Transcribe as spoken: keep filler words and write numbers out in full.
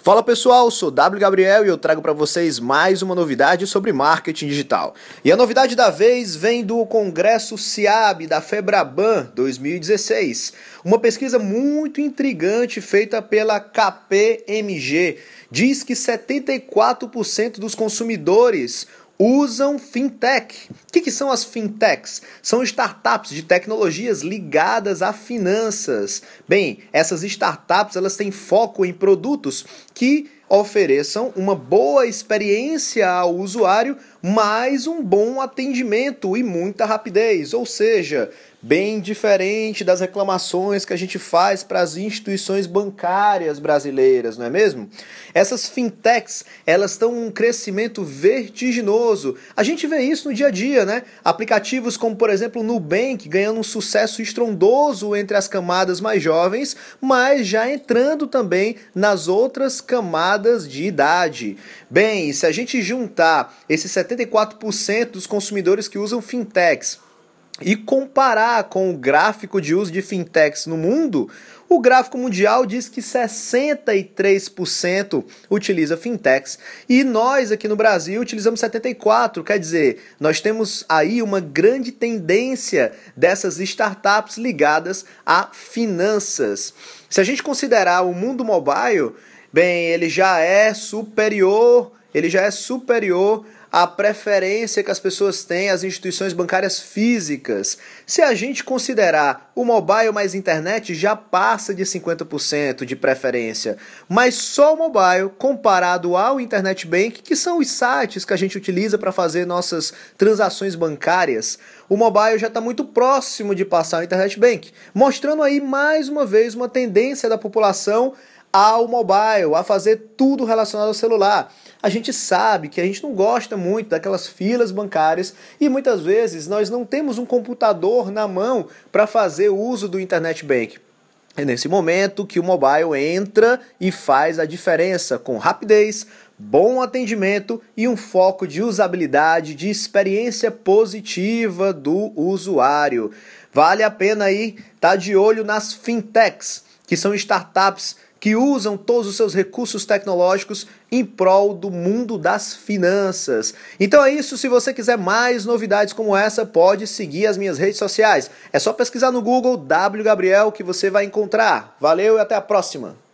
Fala pessoal, sou W Gabriel e eu trago para vocês mais uma novidade sobre marketing digital. E a novidade da vez vem do Congresso SIAB da FEBRABAN dois mil e dezesseis. Uma pesquisa muito intrigante feita pela K P M G diz que setenta e quatro por cento dos consumidores usam fintech. O que, que são as fintechs? São startups de tecnologias ligadas a finanças. Bem, essas startups elas têm foco em produtos que ofereçam uma boa experiência ao usuário, mais um bom atendimento e muita rapidez, ou seja, bem diferente das reclamações que a gente faz para as instituições bancárias brasileiras, não é mesmo? Essas fintechs, elas estão em um crescimento vertiginoso. A gente vê isso no dia a dia, né? Aplicativos como, por exemplo, o Nubank ganhando um sucesso estrondoso entre as camadas mais jovens, mas já entrando também nas outras camadas de idade. Bem, se a gente juntar esses setenta e quatro por cento dos consumidores que usam fintechs e comparar com o gráfico de uso de fintechs no mundo, o gráfico mundial diz que sessenta e três por cento utiliza fintechs e nós aqui no Brasil utilizamos setenta e quatro por cento, quer dizer, nós temos aí uma grande tendência dessas startups ligadas a finanças. Se a gente considerar o mundo mobile, bem, ele já é superior, ele já é superior a preferência que as pessoas têm às instituições bancárias físicas. Se a gente considerar o mobile mais internet, já passa de cinquenta por cento de preferência. Mas só o mobile comparado ao internet bank, que são os sites que a gente utiliza para fazer nossas transações bancárias, o mobile já está muito próximo de passar o internet bank, mostrando aí mais uma vez uma tendência da população ao mobile, a fazer tudo relacionado ao celular. A gente sabe que a gente não gosta muito daquelas filas bancárias e muitas vezes nós não temos um computador na mão para fazer uso do internet bank. É nesse momento que o mobile entra e faz a diferença com rapidez, bom atendimento e um foco de usabilidade, de experiência positiva do usuário. Vale a pena aí estar de olho nas fintechs, que são startups que usam todos os seus recursos tecnológicos em prol do mundo das finanças. Então é isso, se você quiser mais novidades como essa, pode seguir as minhas redes sociais. É só pesquisar no Google W Gabriel que você vai encontrar. Valeu e até a próxima!